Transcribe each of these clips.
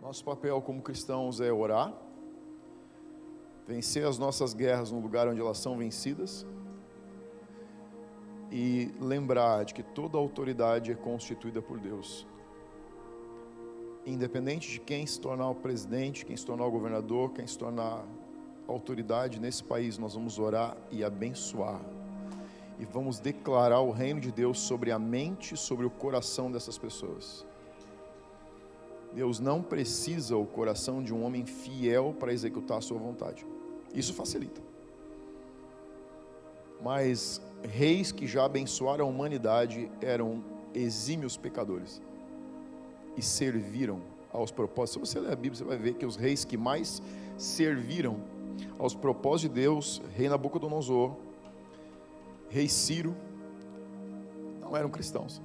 Nosso papel como cristãos é orar, vencer as nossas guerras no lugar onde elas são vencidas e lembrar de que toda autoridade é constituída por Deus. Independente de quem se tornar o presidente, quem se tornar o governador, quem se tornar autoridade nesse país, nós vamos orar e abençoar. E vamos declarar o reino de Deus sobre a mente, sobre o coração dessas pessoas. Deus não precisa o coração de um homem fiel para executar a sua vontade. Isso facilita. Mas reis que já abençoaram a humanidade eram exímios pecadores e serviram aos propósitos. Se você ler a Bíblia, você vai ver que os reis que mais serviram aos propósitos de Deus, rei Nabucodonosor, rei Ciro, não eram cristãos.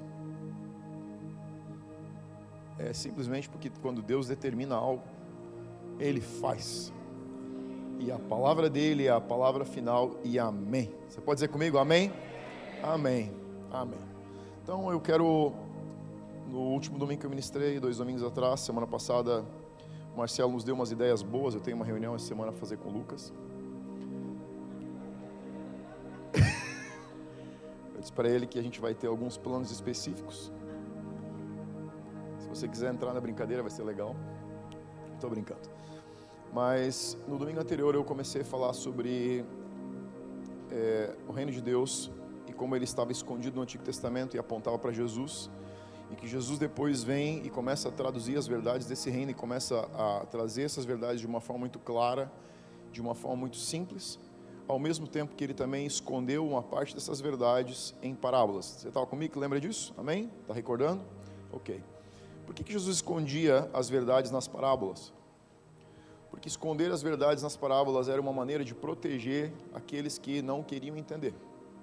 É simplesmente porque quando Deus determina algo, Ele faz. E a palavra dele é a palavra final e amém. Você pode dizer comigo amém? Amém, amém. Então eu quero, no último domingo que eu ministrei, 2 domingos atrás, semana passada, o Marcelo nos deu umas ideias boas. Eu tenho uma reunião essa semana a fazer com o Lucas. Eu disse para ele que a gente vai ter alguns planos específicos. Se você quiser entrar na brincadeira, vai ser legal. Estou brincando. Mas no domingo anterior eu comecei a falar sobre o reino de Deus e como ele estava escondido no Antigo Testamento e apontava para Jesus, e que Jesus depois vem e começa a traduzir as verdades desse reino e começa a trazer essas verdades de uma forma muito clara, de uma forma muito simples, ao mesmo tempo que ele também escondeu uma parte dessas verdades em parábolas. Você estava comigo que lembra disso? Amém? Está recordando? Ok. Por que Jesus escondia as verdades nas parábolas? Porque esconder as verdades nas parábolas era uma maneira de proteger aqueles que não queriam entender.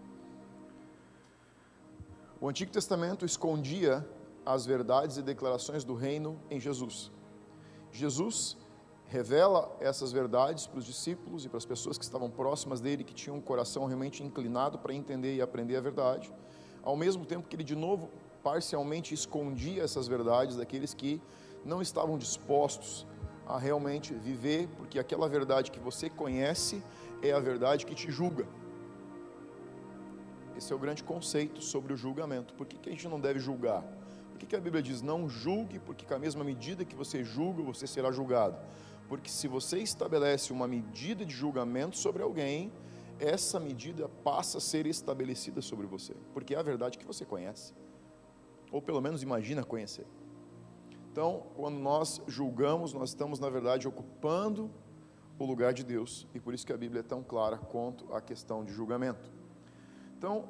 O Antigo Testamento escondia as verdades e declarações do reino em Jesus. Jesus revela essas verdades para os discípulos e para as pessoas que estavam próximas dele, que tinham um coração realmente inclinado para entender e aprender a verdade, ao mesmo tempo que ele de novo parcialmente escondia essas verdades daqueles que não estavam dispostos a realmente viver, porque aquela verdade que você conhece é a verdade que te julga. Esse é o grande conceito sobre o julgamento. Por que a gente não deve julgar? Por que a Bíblia diz não julgue, porque com a mesma medida que você julga, você será julgado? Porque se você estabelece uma medida de julgamento sobre alguém, essa medida passa a ser estabelecida sobre você, porque é a verdade que você conhece, ou pelo menos imagina conhecer. Então, quando nós julgamos, nós estamos, na verdade, ocupando o lugar de Deus, e por isso que a Bíblia é tão clara quanto à questão de julgamento. Então,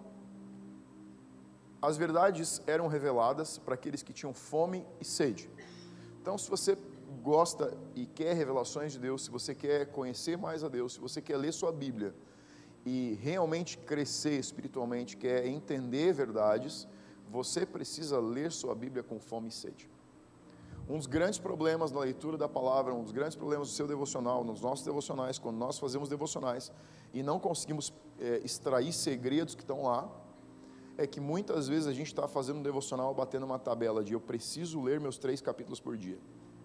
as verdades eram reveladas para aqueles que tinham fome e sede. Então, se você gosta e quer revelações de Deus, se você quer conhecer mais a Deus, se você quer ler sua Bíblia e realmente crescer espiritualmente, quer entender verdades, você precisa ler sua Bíblia com fome e sede. Um dos grandes problemas na leitura da palavra, um dos grandes problemas do seu devocional, nos nossos devocionais, quando nós fazemos devocionais e não conseguimos extrair segredos que estão lá, é que muitas vezes a gente está fazendo um devocional batendo uma tabela de eu preciso ler meus 3 capítulos por dia.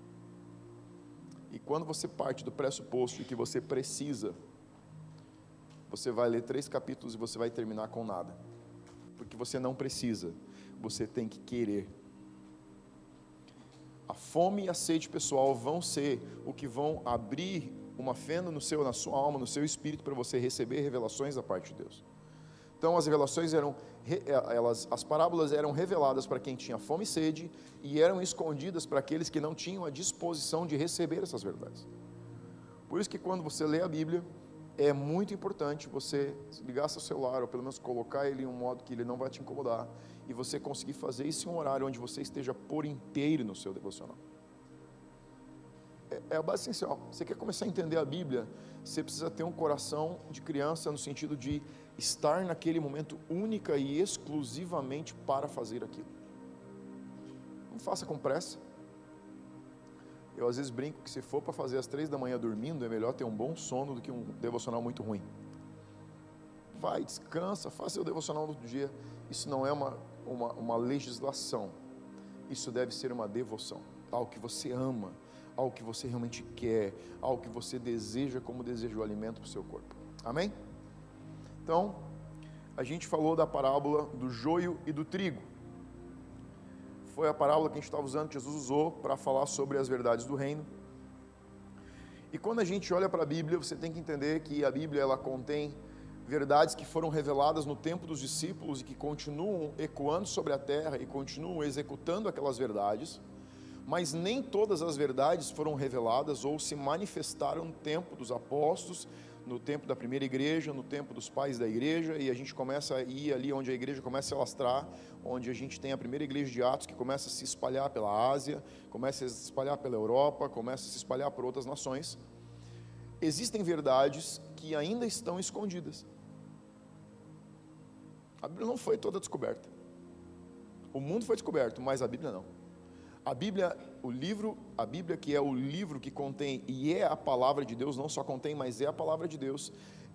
E quando você parte do pressuposto de que você precisa, você vai ler 3 capítulos e você vai terminar com nada. Porque você não precisa, você tem que querer. A fome e a sede pessoal vão ser o que vão abrir uma fenda na sua alma, no seu espírito, para você receber revelações da parte de Deus. Então as revelações as parábolas eram reveladas para quem tinha fome e sede, e eram escondidas para aqueles que não tinham a disposição de receber essas verdades. Por isso que quando você lê a Bíblia, é muito importante você ligar seu celular, ou pelo menos colocar ele em um modo que ele não vai te incomodar, e você conseguir fazer isso em um horário onde você esteja por inteiro no seu devocional. É a base essencial. Você quer começar a entender a Bíblia, você precisa ter um coração de criança, no sentido de estar naquele momento única e exclusivamente para fazer aquilo. Não faça com pressa. Eu às vezes brinco que se for para fazer às 3 da manhã dormindo, é melhor ter um bom sono do que um devocional muito ruim. Vai, descansa, faça seu devocional no outro dia. Isso não é uma legislação. Isso deve ser uma devoção. Algo que você ama, ao que você realmente quer, ao que você deseja, como deseja o alimento para o seu corpo. Amém? Então, a gente falou da parábola do joio e do trigo. Foi a parábola que a gente estava usando, que Jesus usou para falar sobre as verdades do reino. E quando a gente olha para a Bíblia, você tem que entender que a Bíblia ela contém verdades que foram reveladas no tempo dos discípulos e que continuam ecoando sobre a terra e continuam executando aquelas verdades, mas nem todas as verdades foram reveladas ou se manifestaram no tempo dos apóstolos, no tempo da primeira igreja, no tempo dos pais da igreja, e a gente começa a ir ali onde a igreja começa a se alastrar, onde a gente tem a primeira igreja de Atos, que começa a se espalhar pela Ásia, começa a se espalhar pela Europa, começa a se espalhar por outras nações. Existem verdades que ainda estão escondidas. A Bíblia não foi toda descoberta. O mundo foi descoberto, mas a Bíblia não. A Bíblia que é o livro que contém, e é a palavra de Deus, não só contém, mas é a palavra de Deus,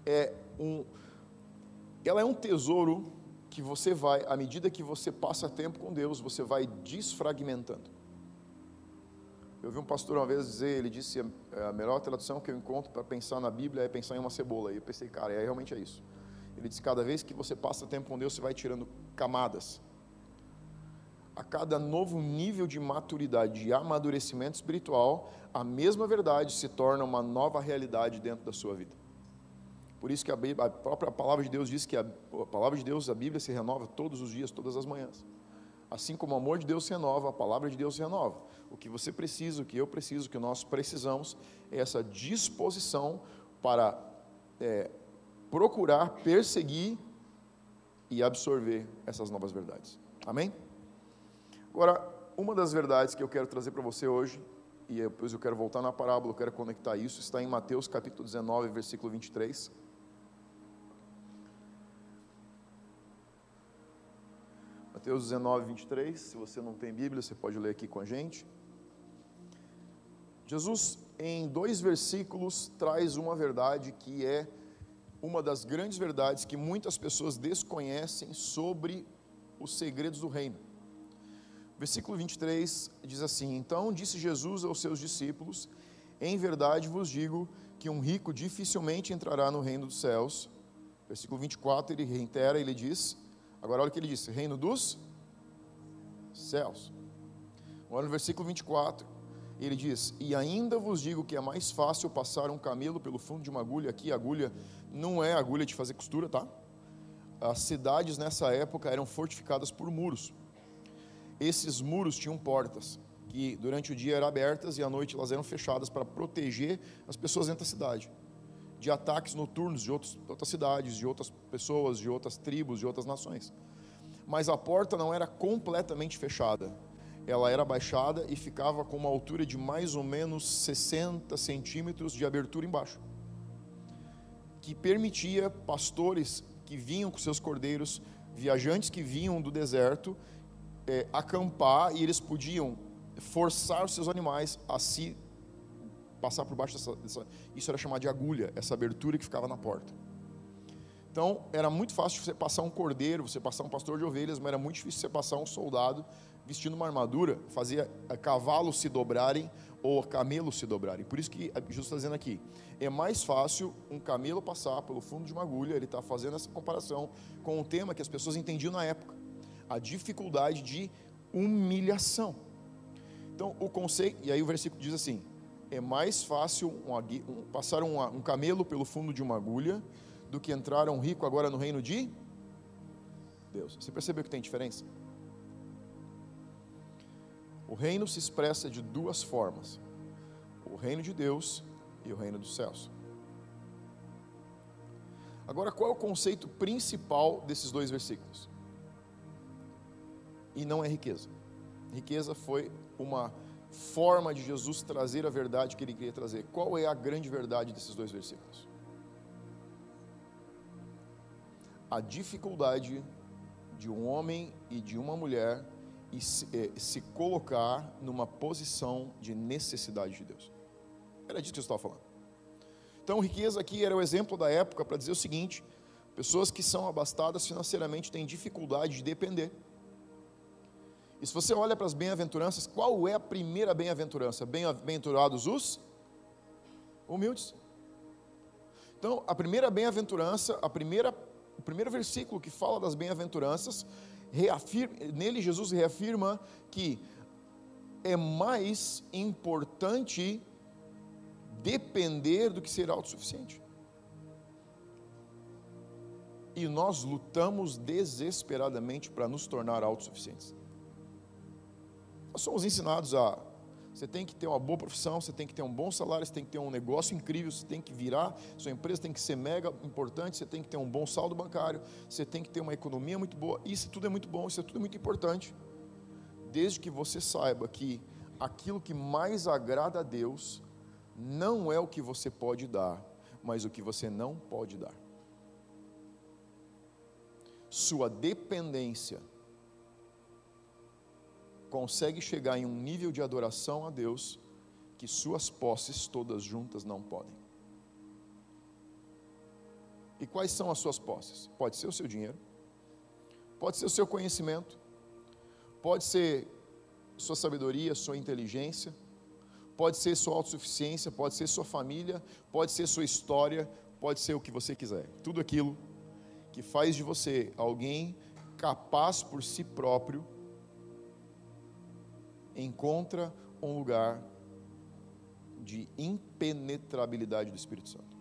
ela é um tesouro que você vai, à medida que você passa tempo com Deus, você vai desfragmentando. Eu vi um pastor uma vez dizer, ele disse, a melhor tradução que eu encontro para pensar na Bíblia é pensar em uma cebola, e eu pensei, cara, realmente é isso. Ele disse, cada vez que você passa tempo com Deus, você vai tirando camadas. A cada novo nível de maturidade, de amadurecimento espiritual, a mesma verdade se torna uma nova realidade dentro da sua vida. Por isso que a própria palavra de Deus diz que a palavra de Deus, a Bíblia se renova todos os dias, todas as manhãs. Assim como o amor de Deus se renova, a palavra de Deus se renova. O que você precisa, o que eu preciso, o que nós precisamos, é essa disposição para procurar, perseguir e absorver essas novas verdades. Amém? Agora, uma das verdades que eu quero trazer para você hoje, e depois eu quero voltar na parábola, eu quero conectar isso, está em Mateus capítulo 19, versículo 23. Mateus 19, 23, se você não tem Bíblia, você pode ler aqui com a gente. Jesus, em 2 versículos, traz uma verdade que é uma das grandes verdades que muitas pessoas desconhecem sobre os segredos do reino. Versículo 23 diz assim: Então disse Jesus aos seus discípulos, em verdade vos digo que um rico dificilmente entrará no reino dos céus. Versículo 24 ele reitera, ele diz, agora olha o que ele disse, reino dos céus. Agora no versículo 24, ele diz, e ainda vos digo que é mais fácil passar um camelo pelo fundo de uma agulha. Aqui a agulha não é agulha de fazer costura, tá? As cidades nessa época eram fortificadas por muros. Esses muros tinham portas, que durante o dia eram abertas e à noite elas eram fechadas para proteger as pessoas dentro da cidade, de ataques noturnos de outras cidades, de outras pessoas, de outras tribos, de outras nações. Mas a porta não era completamente fechada, ela era baixada e ficava com uma altura de mais ou menos 60 centímetros de abertura embaixo, que permitia pastores que vinham com seus cordeiros, viajantes que vinham do deserto, acampar, e eles podiam forçar os seus animais a se passar por baixo isso era chamado de agulha, essa abertura que ficava na porta. Então era muito fácil você passar um cordeiro, você passar um pastor de ovelhas, mas era muito difícil você passar um soldado vestindo uma armadura, fazia cavalos se dobrarem ou camelos se dobrarem. Por isso que Jesus está dizendo aqui, é mais fácil um camelo passar pelo fundo de uma agulha. Ele está fazendo essa comparação com um tema que as pessoas entendiam na época, a dificuldade de humilhação. Então o conceito, e aí o versículo diz assim, é mais fácil passar um camelo pelo fundo de uma agulha do que entrar um rico agora no reino de Deus. Você percebeu que tem diferença? O reino se expressa de duas formas, o reino de Deus e o reino dos céus. Agora, qual é o conceito principal desses dois versículos? E não é riqueza. Riqueza foi uma forma de Jesus trazer a verdade que ele queria trazer. Qual é a grande verdade desses dois versículos? A dificuldade de um homem e de uma mulher se colocar numa posição de necessidade de Deus. Era disso que eu estava falando. Então, riqueza aqui era o exemplo da época para dizer o seguinte: pessoas que são abastadas financeiramente têm dificuldade de depender. E se você olha para as bem-aventuranças, qual é a primeira bem-aventurança? Bem-aventurados os humildes. Então, a primeira bem-aventurança, o primeiro versículo que fala das bem-aventuranças, nele Jesus reafirma que é mais importante depender do que ser autossuficiente. E nós lutamos desesperadamente para nos tornar autossuficientes. Nós somos ensinados você tem que ter uma boa profissão, você tem que ter um bom salário, você tem que ter um negócio incrível, você tem que virar, sua empresa tem que ser mega importante, você tem que ter um bom saldo bancário, você tem que ter uma economia muito boa. Isso tudo é muito bom, isso é tudo muito importante, desde que você saiba que aquilo que mais agrada a Deus não é o que você pode dar, mas o que você não pode dar. Sua dependência consegue chegar em um nível de adoração a Deus que suas posses todas juntas não podem. E quais são as suas posses? Pode ser o seu dinheiro, pode ser o seu conhecimento, pode ser sua sabedoria, sua inteligência, pode ser sua autossuficiência, pode ser sua família, pode ser sua história, pode ser o que você quiser. Tudo aquilo que faz de você alguém capaz por si próprio encontra um lugar de impenetrabilidade do Espírito Santo.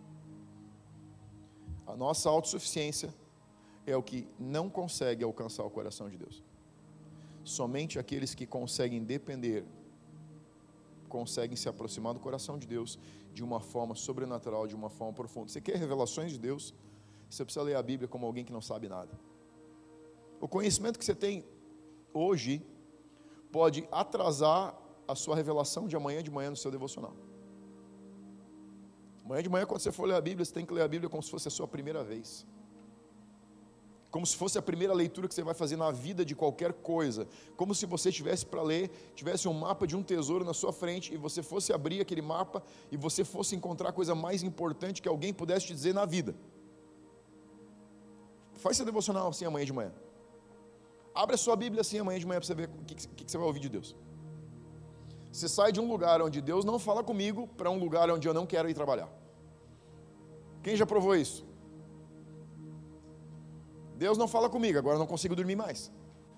A nossa autossuficiência é o que não consegue alcançar o coração de Deus. Somente aqueles que conseguem depender, conseguem se aproximar do coração de Deus de uma forma sobrenatural, de uma forma profunda. Você quer revelações de Deus? Você precisa ler a Bíblia como alguém que não sabe nada. O conhecimento que você tem hoje pode atrasar a sua revelação de amanhã de manhã no seu devocional. Amanhã de manhã, quando você for ler a Bíblia, você tem que ler a Bíblia como se fosse a sua primeira vez. Como se fosse a primeira leitura que você vai fazer na vida de qualquer coisa. Como se você tivesse para ler, tivesse um mapa de um tesouro na sua frente e você fosse abrir aquele mapa e você fosse encontrar a coisa mais importante que alguém pudesse te dizer na vida. Faz seu devocional assim amanhã de manhã. Abre a sua Bíblia assim amanhã de manhã para você ver o que você vai ouvir de Deus. Você sai de um lugar onde Deus não fala comigo para um lugar onde eu não quero ir trabalhar. Quem já provou isso? Deus não fala comigo, agora eu não consigo dormir mais.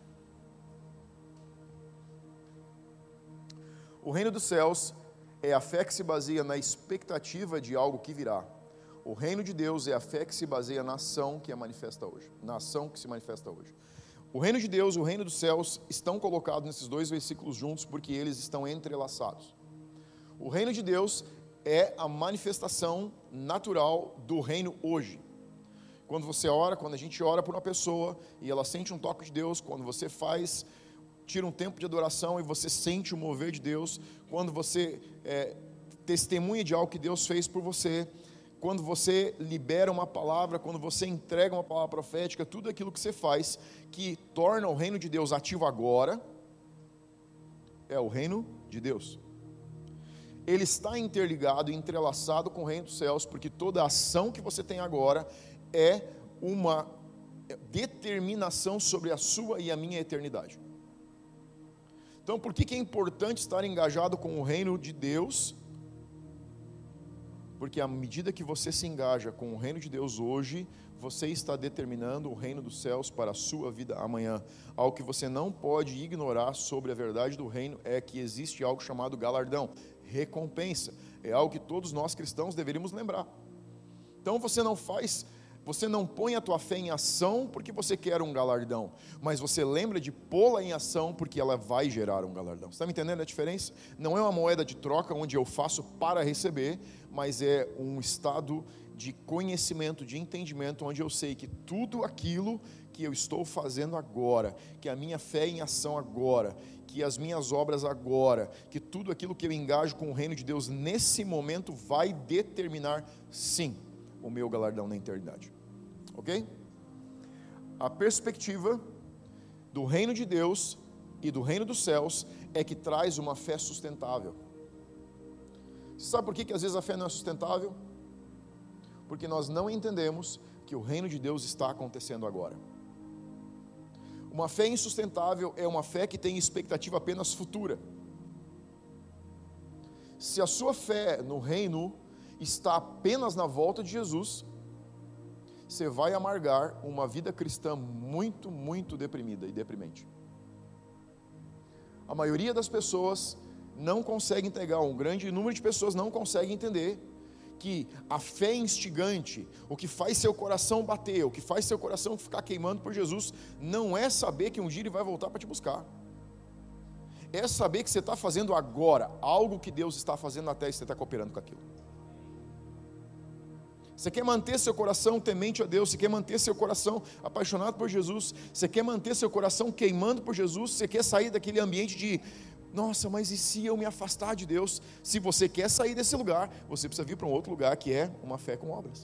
O reino dos céus é a fé que se baseia na expectativa de algo que virá. O reino de Deus é a fé que se baseia na ação que é manifesta hoje. Na ação que se manifesta hoje. O reino de Deus e o reino dos céus estão colocados nesses dois versículos juntos porque eles estão entrelaçados. O reino de Deus é a manifestação natural do reino hoje. Quando você ora, quando a gente ora por uma pessoa e ela sente um toque de Deus, quando você tira um tempo de adoração e você sente o mover de Deus, quando você testemunha de algo que Deus fez por você, quando você libera uma palavra, quando você entrega uma palavra profética, tudo aquilo que você faz que torna o reino de Deus ativo agora, é o reino de Deus. Ele está interligado, entrelaçado com o reino dos céus, porque toda ação que você tem agora é uma determinação sobre a sua e a minha eternidade. Então, por que é importante estar engajado com o reino de Deus? Porque à medida que você se engaja com o reino de Deus hoje, você está determinando o reino dos céus para a sua vida amanhã. Algo que você não pode ignorar sobre a verdade do reino é que existe algo chamado galardão, recompensa. É algo que todos nós cristãos deveríamos lembrar. Então você não põe a tua fé em ação porque você quer um galardão, mas você lembra de pô-la em ação porque ela vai gerar um galardão. Você está me entendendo a diferença? Não é uma moeda de troca onde eu faço para receber, mas é um estado de conhecimento, de entendimento, onde eu sei que tudo aquilo que eu estou fazendo agora, que a minha fé em ação agora, que as minhas obras agora, que tudo aquilo que eu engajo com o reino de Deus nesse momento vai determinar, sim, o meu galardão na eternidade. Ok? A perspectiva do reino de Deus e do reino dos céus é que traz uma fé sustentável. Você sabe por que às vezes a fé não é sustentável? Porque nós não entendemos que o reino de Deus está acontecendo agora. Uma fé insustentável é uma fé que tem expectativa apenas futura. Se a sua fé no reino está apenas na volta de Jesus, você vai amargar uma vida cristã muito, muito deprimida e deprimente. A maioria das pessoas não consegue entregar, um grande número de pessoas não consegue entender que a fé instigante, o que faz seu coração bater, o que faz seu coração ficar queimando por Jesus, não é saber que um dia Ele vai voltar para te buscar. É saber que você está fazendo agora algo que Deus está fazendo na terra e você está cooperando com aquilo. Você quer manter seu coração temente a Deus, você quer manter seu coração apaixonado por Jesus, você quer manter seu coração queimando por Jesus, você quer sair daquele ambiente de, nossa, mas e se eu me afastar de Deus? Se você quer sair desse lugar, você precisa vir para um outro lugar que é uma fé com obras.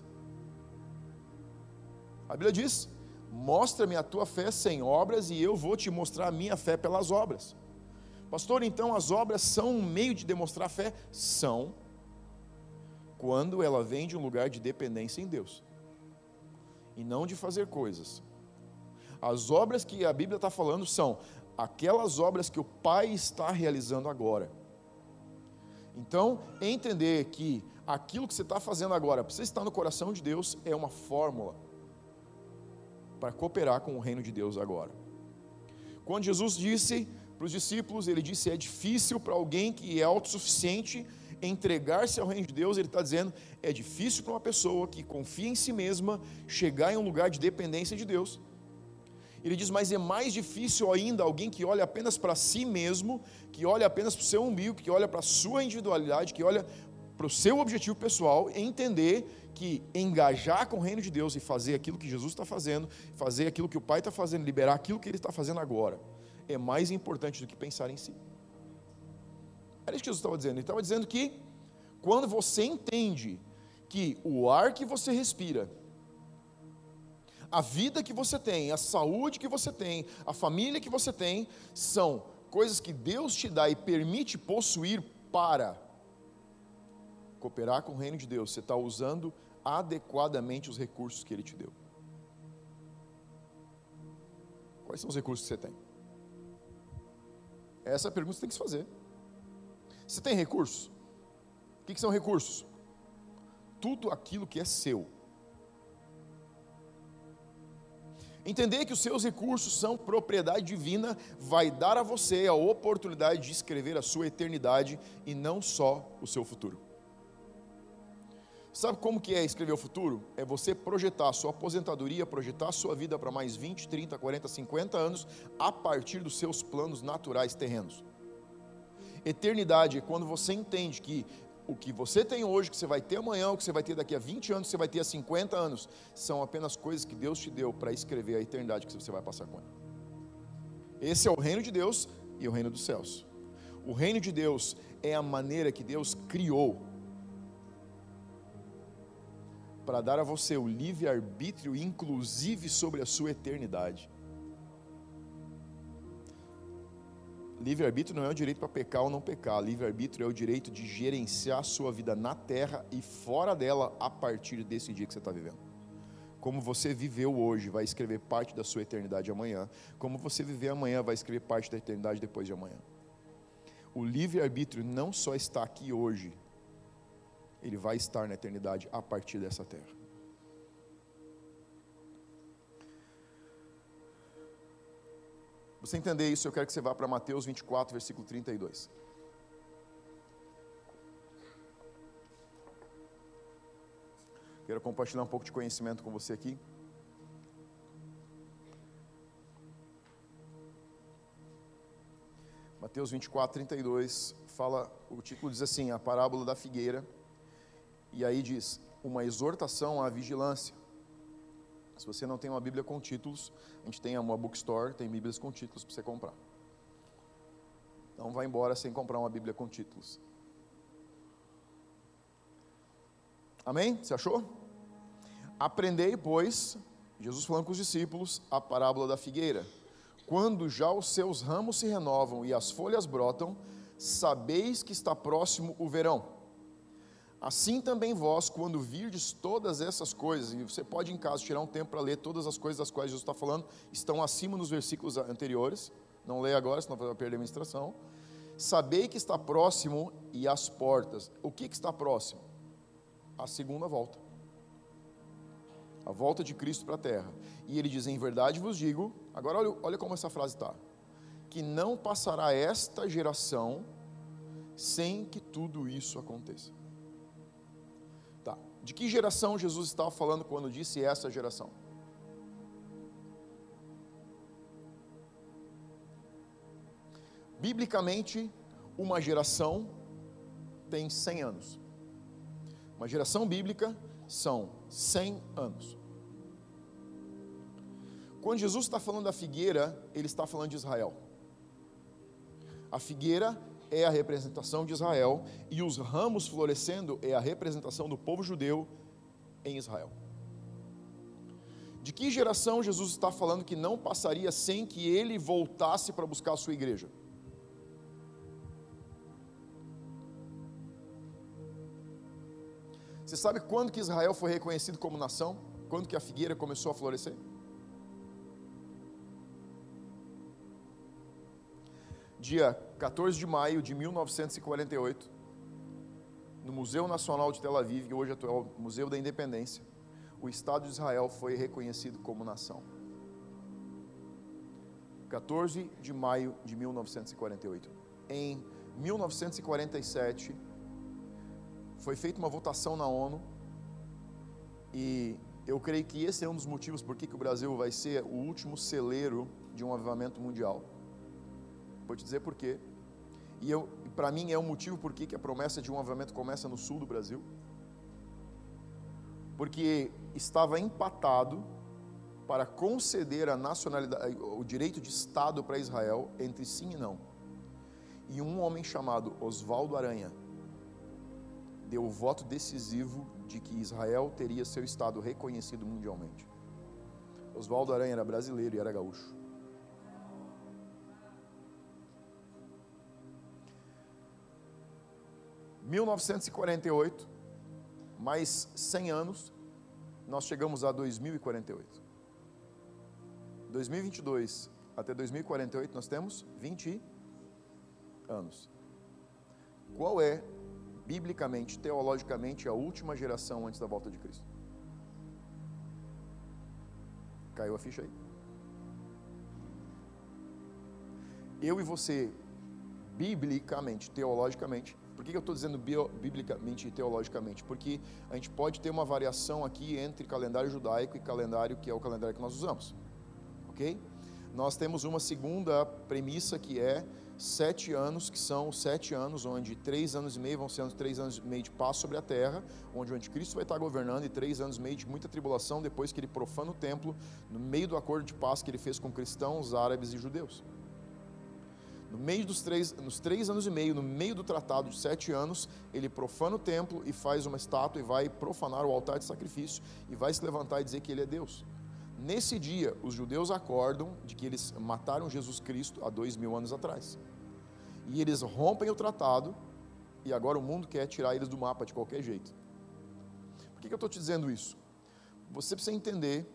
A Bíblia diz, mostra-me a tua fé sem obras e eu vou te mostrar a minha fé pelas obras. Pastor, então as obras são um meio de demonstrar fé? São, quando ela vem de um lugar de dependência em Deus, e não de fazer coisas. As obras que a Bíblia está falando são aquelas obras que o Pai está realizando agora. Então, entender que aquilo que você está fazendo agora, para você estar no coração de Deus, é uma fórmula para cooperar com o reino de Deus agora. Quando Jesus disse para os discípulos, Ele disse, é difícil para alguém que é autossuficiente entregar-se ao reino de Deus. Ele está dizendo, é difícil para uma pessoa que confia em si mesma, chegar em um lugar de dependência de Deus. Ele diz, mas é mais difícil ainda alguém que olha apenas para si mesmo, que olha apenas para o seu umbigo, que olha para a sua individualidade, que olha para o seu objetivo pessoal, entender que engajar com o reino de Deus e fazer aquilo que Jesus está fazendo, fazer aquilo que o Pai está fazendo, liberar aquilo que Ele está fazendo agora, é mais importante do que pensar em si. Era isso que Jesus estava dizendo. Ele estava dizendo que quando você entende que o ar que você respira, a vida que você tem, a saúde que você tem, a família que você tem, são coisas que Deus te dá e permite possuir para cooperar com o reino de Deus, você está usando adequadamente os recursos que Ele te deu. Quais são os recursos que você tem? Essa é a pergunta que você tem que se fazer. Você tem recursos? O que são recursos? Tudo aquilo que é seu. Entender que os seus recursos são propriedade divina vai dar a você a oportunidade de escrever a sua eternidade e não só o seu futuro. Sabe como que é escrever o futuro? É você projetar a sua aposentadoria, projetar a sua vida para mais 20, 30, 40, 50 anos a partir dos seus planos naturais terrenos. Eternidade é quando você entende que o que você tem hoje, que você vai ter amanhã, o que você vai ter daqui a 20 anos, que você vai ter a 50 anos, são apenas coisas que Deus te deu para escrever a eternidade que você vai passar com Ele. Esse é o reino de Deus e o reino dos céus. O reino de Deus é a maneira que Deus criou para dar a você o livre-arbítrio, inclusive sobre a sua eternidade. Livre-arbítrio não é o direito para pecar ou não pecar. Livre-arbítrio é o direito de gerenciar a sua vida na terra e fora dela a partir desse dia que você está vivendo. Como você viveu hoje vai escrever parte da sua eternidade amanhã. Como você viver amanhã vai escrever parte da eternidade depois de amanhã. O livre-arbítrio não só está aqui hoje, ele vai estar na eternidade a partir dessa terra. Você entender isso, eu quero que você vá para Mateus 24, versículo 32. Quero compartilhar um pouco de conhecimento com você aqui. Mateus 24, 32, o título diz assim, a parábola da figueira, e aí diz, uma exortação à vigilância. Se você não tem uma Bíblia com títulos, a gente tem uma bookstore, tem Bíblias com títulos para você comprar. Então vai embora sem comprar uma Bíblia com títulos. Amém? Você achou? Aprendei, pois, Jesus falando com os discípulos, a parábola da figueira. Quando já os seus ramos se renovam e as folhas brotam, sabeis que está próximo o verão. Assim também vós, quando virdes todas essas coisas, e você pode em casa tirar um tempo para ler todas as coisas das quais Jesus está falando, estão acima nos versículos anteriores, não leia agora, senão vai perder a ministração. Sabei que está próximo e às portas. O que está próximo? A segunda volta. A volta de Cristo para a terra. E ele diz, em verdade vos digo, agora olha como essa frase está, que não passará esta geração sem que tudo isso aconteça. Tá. De que geração Jesus estava falando quando disse essa geração? Biblicamente, uma geração tem 100 anos. Uma geração bíblica são 100 anos. Quando Jesus está falando da figueira, ele está falando de Israel. A figueira é a representação de Israel e os ramos florescendo é a representação do povo judeu em Israel. De que geração Jesus está falando que não passaria sem que ele voltasse para buscar a sua igreja? Você sabe quando que Israel foi reconhecido como nação? Quando que a figueira começou a florescer? Dia 14 de maio de 1948, no Museu Nacional de Tel Aviv, que hoje é o Museu da Independência, o Estado de Israel foi reconhecido como nação. 14 de maio de 1948. Em 1947, foi feita uma votação na ONU, e eu creio que esse é um dos motivos por que o Brasil vai ser o último celeiro de um avivamento mundial. Vou te dizer por quê. E para mim é um motivo por que a promessa de um avivamento começa no sul do Brasil. Porque estava empatado para conceder a nacionalidade, o direito de Estado para Israel entre sim e não. E um homem chamado Oswaldo Aranha deu o voto decisivo de que Israel teria seu Estado reconhecido mundialmente. Oswaldo Aranha era brasileiro e era gaúcho. Em 1948, mais 100 anos, nós chegamos a 2048. 2022 até 2048 nós temos 20 anos. Qual é, biblicamente, teologicamente, a última geração antes da volta de Cristo? Caiu a ficha aí? Eu e você, biblicamente, teologicamente, por que eu estou dizendo biblicamente e teologicamente? Porque a gente pode ter uma variação aqui entre calendário judaico e calendário que é o calendário que nós usamos. Ok? Nós temos uma segunda premissa que é 7 anos, que são 7 anos, onde 3 anos e meio vão ser 3 anos e meio de paz sobre a terra, onde o anticristo vai estar governando, e 3 anos e meio de muita tribulação, depois que ele profana o templo, no meio do acordo de paz que ele fez com cristãos, árabes e judeus. No meio nos 3 anos e meio, no meio do tratado de 7 anos, ele profana o templo e faz uma estátua e vai profanar o altar de sacrifício e vai se levantar e dizer que ele é Deus. Nesse dia, os judeus acordam de que eles mataram Jesus Cristo há 2000 anos atrás. E eles rompem o tratado e agora o mundo quer tirar eles do mapa de qualquer jeito. Por que eu estou te dizendo isso? Você precisa entender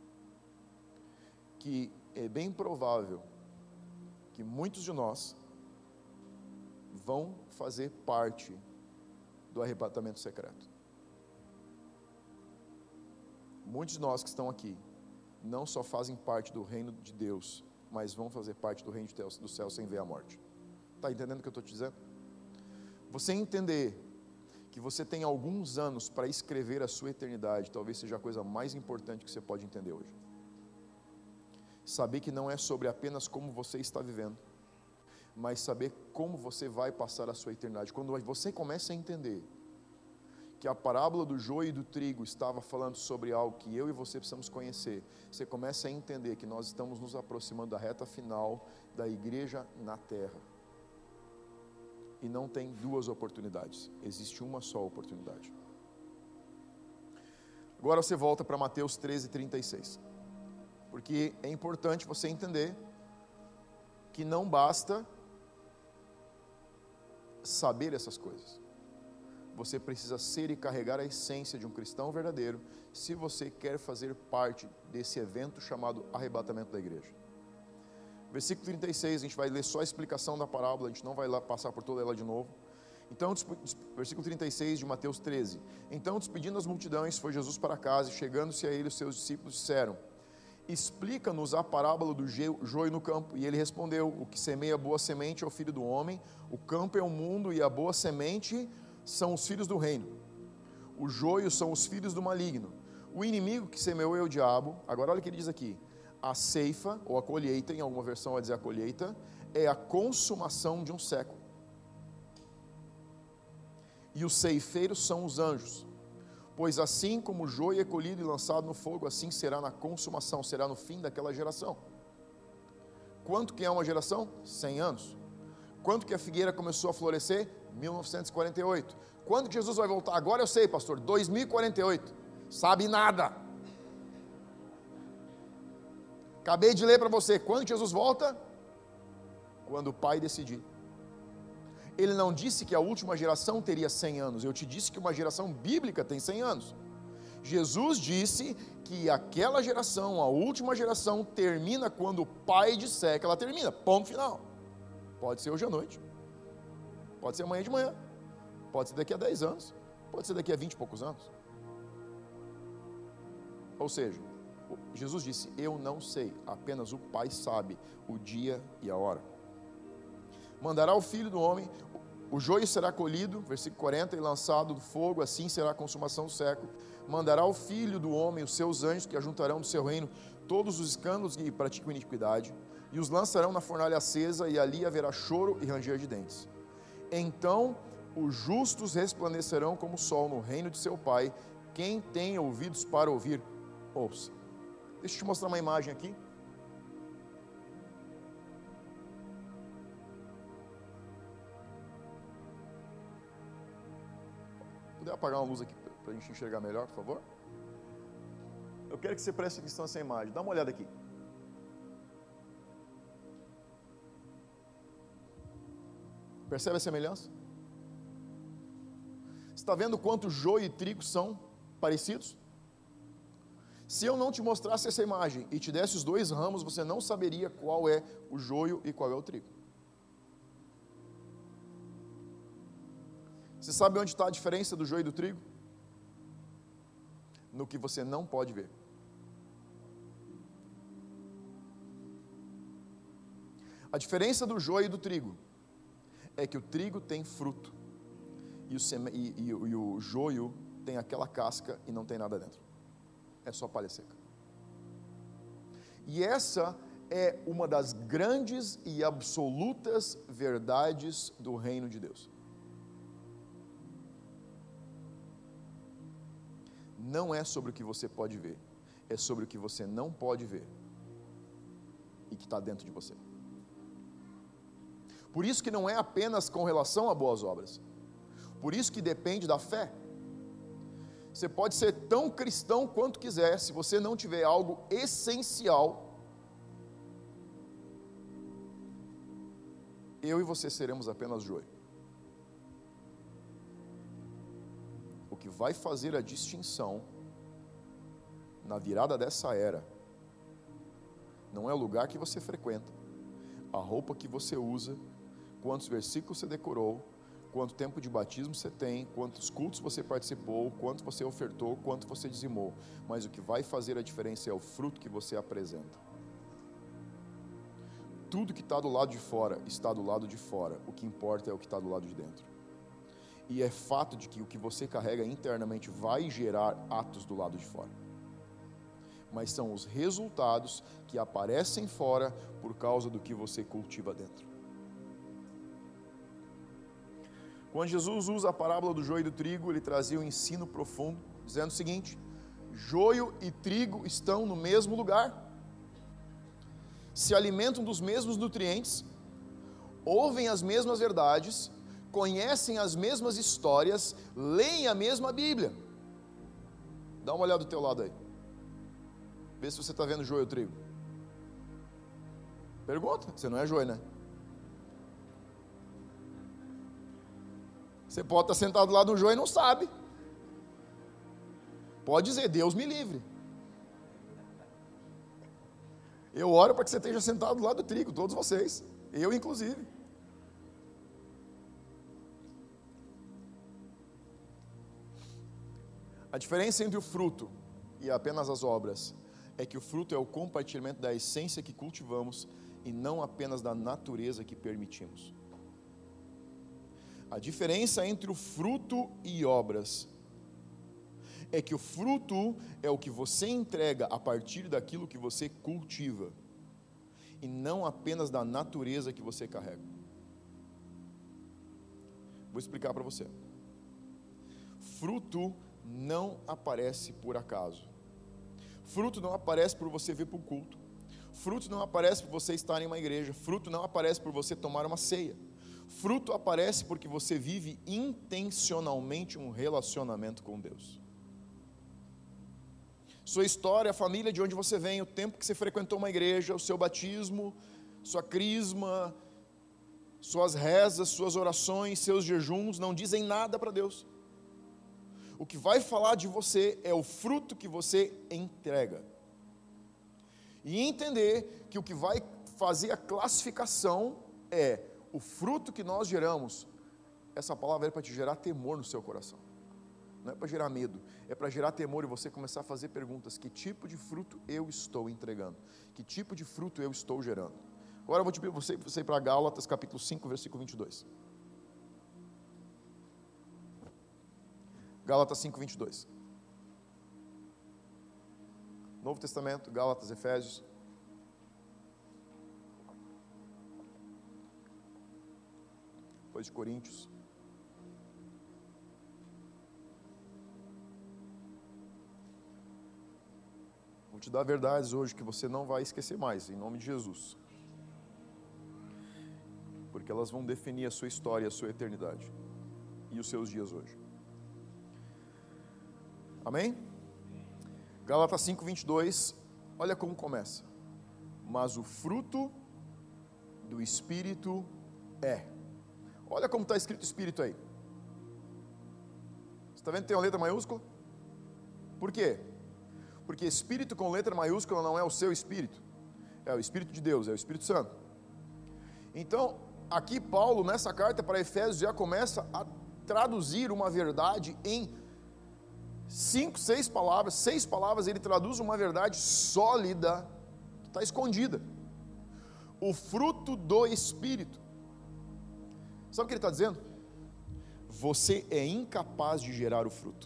que é bem provável que muitos de nós vão fazer parte do arrebatamento secreto. Muitos de nós que estão aqui não só fazem parte do reino de Deus, mas vão fazer parte do reino do céu sem ver a morte. Está entendendo o que eu estou te dizendo? Você entender que você tem alguns anos para escrever a sua eternidade, talvez seja a coisa mais importante que você pode entender hoje. Saber que não é sobre apenas como você está vivendo, mas saber como você vai passar a sua eternidade. Quando você começa a entender que a parábola do joio e do trigo estava falando sobre algo que eu e você precisamos conhecer, você começa a entender que nós estamos nos aproximando da reta final da igreja na terra. E não tem duas oportunidades, existe uma só oportunidade. Agora você volta para Mateus 13:36. Porque é importante você entender que não basta saber essas coisas. você precisa ser e carregar a essência de um cristão verdadeiro, se você quer fazer parte desse evento chamado arrebatamento da igreja. Versículo 36, a gente vai ler só a explicação da parábola, a gente não vai lá passar por toda ela de novo. Então, versículo 36 de Mateus 13. Então, despedindo as multidões, foi Jesus para casa, e chegando-se a ele, os seus discípulos disseram: explica-nos a parábola do joio no campo. E ele respondeu: o que semeia boa semente é o filho do homem, o campo é o mundo, e a boa semente são os filhos do reino. O joio são os filhos do maligno. O inimigo que semeou é o diabo. Agora olha o que ele diz aqui: a ceifa, ou a colheita, em alguma versão vai dizer a colheita, é a consumação de um século. E os ceifeiros são os anjos. Pois assim como o joio é colhido e lançado no fogo, assim será na consumação, será no fim daquela geração. Quanto que é uma geração? 100 anos. Quanto que a figueira começou a florescer? 1948. Quando que Jesus vai voltar? Agora eu sei, pastor, 2048. Sabe nada. Acabei de ler para você, quando Jesus volta? Quando o Pai decidir. Ele não disse que a última geração teria 100 anos, eu te disse que uma geração bíblica tem 100 anos. Jesus disse que aquela geração, a última geração, termina quando o Pai disser que ela termina, ponto final. Pode ser hoje à noite, pode ser amanhã de manhã, pode ser daqui a 10 anos, pode ser daqui a 20 e poucos anos. Ou seja, Jesus disse: eu não sei, apenas o Pai sabe o dia e a hora. Mandará o Filho do Homem, o joio será colhido, versículo 40, e lançado do fogo, assim será a consumação do século. Mandará o Filho do Homem, os seus anjos, que ajuntarão do seu reino todos os escândalos que praticam iniquidade, e os lançarão na fornalha acesa, e ali haverá choro e ranger de dentes. Então os justos resplandecerão como o sol no reino de seu Pai. Quem tem ouvidos para ouvir, ouça. Deixa eu te mostrar uma imagem aqui. Puder apagar uma luz aqui para a gente enxergar melhor, por favor? Eu quero que você preste atenção nessa imagem. Dá uma olhada aqui. Percebe a semelhança? Você está vendo quanto joio e trigo são parecidos? Se eu não te mostrasse essa imagem e te desse os dois ramos, você não saberia qual é o joio e qual é o trigo. Você sabe onde está a diferença do joio e do trigo? No que você não pode ver. A diferença do joio e do trigo é que o trigo tem fruto e o joio tem aquela casca e não tem nada dentro. É só palha seca. E essa é uma das grandes e absolutas verdades do reino de Deus. Não é sobre o que você pode ver, é sobre o que você não pode ver e que está dentro de você. Por isso que não é apenas com relação a boas obras, por isso que depende da fé. Você pode ser tão cristão quanto quiser, se você não tiver algo essencial, eu e você seremos apenas joio. O que vai fazer a distinção na virada dessa era não é o lugar que você frequenta, a roupa que você usa, quantos versículos você decorou, quanto tempo de batismo você tem, quantos cultos você participou, quanto você ofertou, quanto você dizimou, mas o que vai fazer a diferença é o fruto que você apresenta. Tudo que está do lado de fora está do lado de fora, o que importa é o que está do lado de dentro. E é fato de que o que você carrega internamente vai gerar atos do lado de fora, mas são os resultados que aparecem fora por causa do que você cultiva dentro. Quando Jesus usa a parábola do joio e do trigo, ele trazia um ensino profundo, dizendo o seguinte: joio e trigo estão no mesmo lugar, se alimentam dos mesmos nutrientes, ouvem as mesmas verdades, conhecem as mesmas histórias, leem a mesma Bíblia. Dá uma olhada do teu lado aí, vê se você está vendo joio ou trigo. Pergunta, você não é joio, né? Você pode estar sentado do lado do joio e não sabe. Pode dizer, Deus me livre. Eu oro para que você esteja sentado do lado do trigo, todos vocês, eu inclusive. A diferença entre o fruto e apenas as obras é que o fruto é o compartilhamento da essência que cultivamos e não apenas da natureza que permitimos. A diferença entre o fruto e obras é que o fruto é o que você entrega a partir daquilo que você cultiva e não apenas da natureza que você carrega. Vou explicar para você. Fruto não aparece por acaso. Fruto não aparece por você vir para o culto. Fruto não aparece por você estar em uma igreja. Fruto não aparece por você tomar uma ceia. Fruto aparece porque você vive intencionalmente um relacionamento com Deus. Sua história, a família de onde você vem, o tempo que você frequentou uma igreja, o seu batismo, sua crisma, suas rezas, suas orações, seus jejuns, não dizem nada para Deus. O que vai falar de você é o fruto que você entrega. E entender que o que vai fazer a classificação é o fruto que nós geramos. Essa palavra é para te gerar temor no seu coração. Não é para gerar medo, é para gerar temor e você começar a fazer perguntas. Que tipo de fruto eu estou entregando? Que tipo de fruto eu estou gerando? Agora eu vou te pedir você ir para Gálatas capítulo 5, versículo 22. Gálatas 5, 22. Novo Testamento, Gálatas, Efésios. Depois de Coríntios. Vou te dar verdades hoje que você não vai esquecer mais, em nome de Jesus. Porque elas vão definir a sua história, a sua eternidade e os seus dias hoje. Amém? Gálatas 5, 22, olha como começa. Mas o fruto do Espírito é. Olha como está escrito Espírito aí. Você está vendo que tem uma letra maiúscula? Por quê? Porque Espírito com letra maiúscula não é o seu Espírito. É o Espírito de Deus, é o Espírito Santo. Então, aqui Paulo, nessa carta para Efésios, já começa a traduzir uma verdade em 5, 6 palavras. 6 palavras, ele traduz uma verdade sólida, que está escondida. O fruto do Espírito. Sabe o que ele está dizendo? Você é incapaz de gerar o fruto.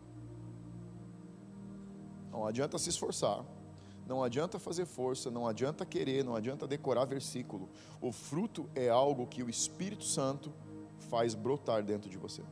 Não adianta se esforçar, não adianta fazer força, não adianta querer, não adianta decorar versículo. O fruto é algo que o Espírito Santo faz brotar dentro de você.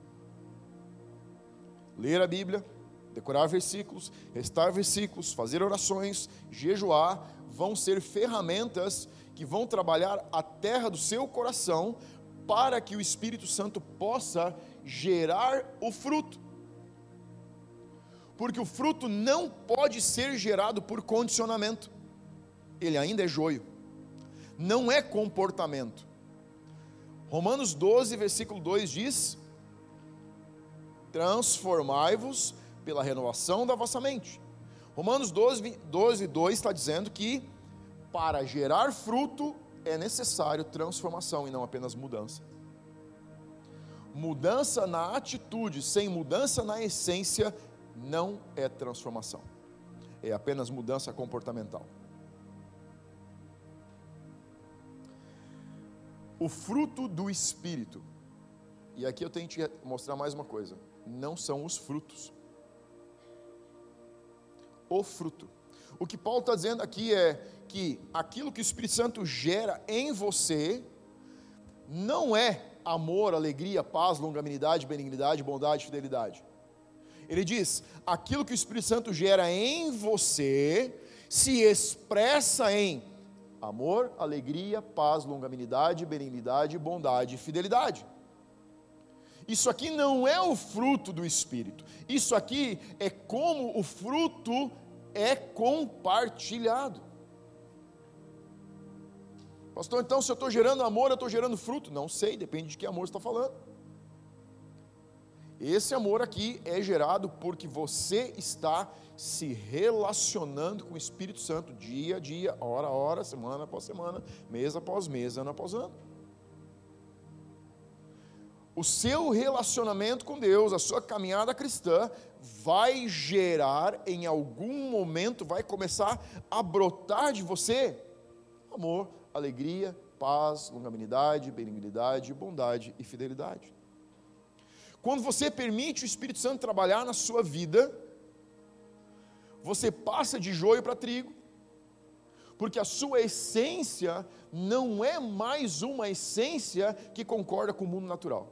Ler a Bíblia, decorar versículos, restar versículos, fazer orações, jejuar, vão ser ferramentas que vão trabalhar a terra do seu coração para que o Espírito Santo possa gerar o fruto. Porque o fruto não pode ser gerado por condicionamento. Ele ainda é joio. Não é comportamento. Romanos 12, versículo 2 diz: transformai-vos pela renovação da vossa mente. Romanos 12, 2 está dizendo que para gerar fruto é necessário transformação e não apenas mudança. Mudança na atitude sem mudança na essência não é transformação, é apenas mudança comportamental. O fruto do Espírito, e aqui eu tenho que te mostrar mais uma coisa, não são os frutos. O fruto. O que Paulo está dizendo aqui é que aquilo que o Espírito Santo gera em você não é amor, alegria, paz, longanimidade, benignidade, bondade, fidelidade. Ele diz, aquilo que o Espírito Santo gera em você se expressa em amor, alegria, paz, longanimidade, benignidade, bondade e fidelidade. Isso aqui não é o fruto do Espírito. Isso aqui é como o fruto é compartilhado. Pastor, então se eu estou gerando amor, eu estou gerando fruto? Não sei, depende de que amor você está falando. Esse amor aqui é gerado porque você está se relacionando com o Espírito Santo dia a dia, hora a hora, semana após semana, mês após mês, ano após ano. O seu relacionamento com Deus, a sua caminhada cristã, vai gerar, em algum momento, vai começar a brotar de você amor, alegria, paz, longanimidade, benignidade, bondade e fidelidade. Quando você permite o Espírito Santo trabalhar na sua vida, você passa de joio para trigo, porque a sua essência não é mais uma essência que concorda com o mundo natural.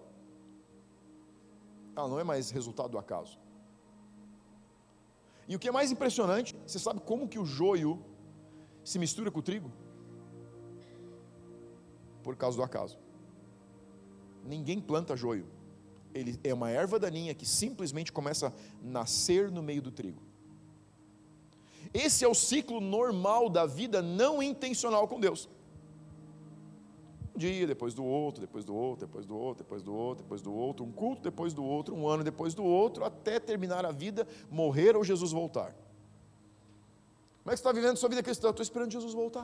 Ela não é mais resultado do acaso. E o que é mais impressionante, você sabe como que o joio se mistura com o trigo? Por causa do acaso. Ninguém planta joio. Ele é uma erva daninha que simplesmente começa a nascer no meio do trigo. Esse é o ciclo normal da vida não intencional com Deus. Um dia depois do outro, depois do outro, depois do outro, depois do outro, depois do outro, um culto depois do outro, um ano depois do outro, até terminar a vida, morrer ou Jesus voltar. Como é que você está vivendo a sua vida cristã? Eu estou esperando Jesus voltar.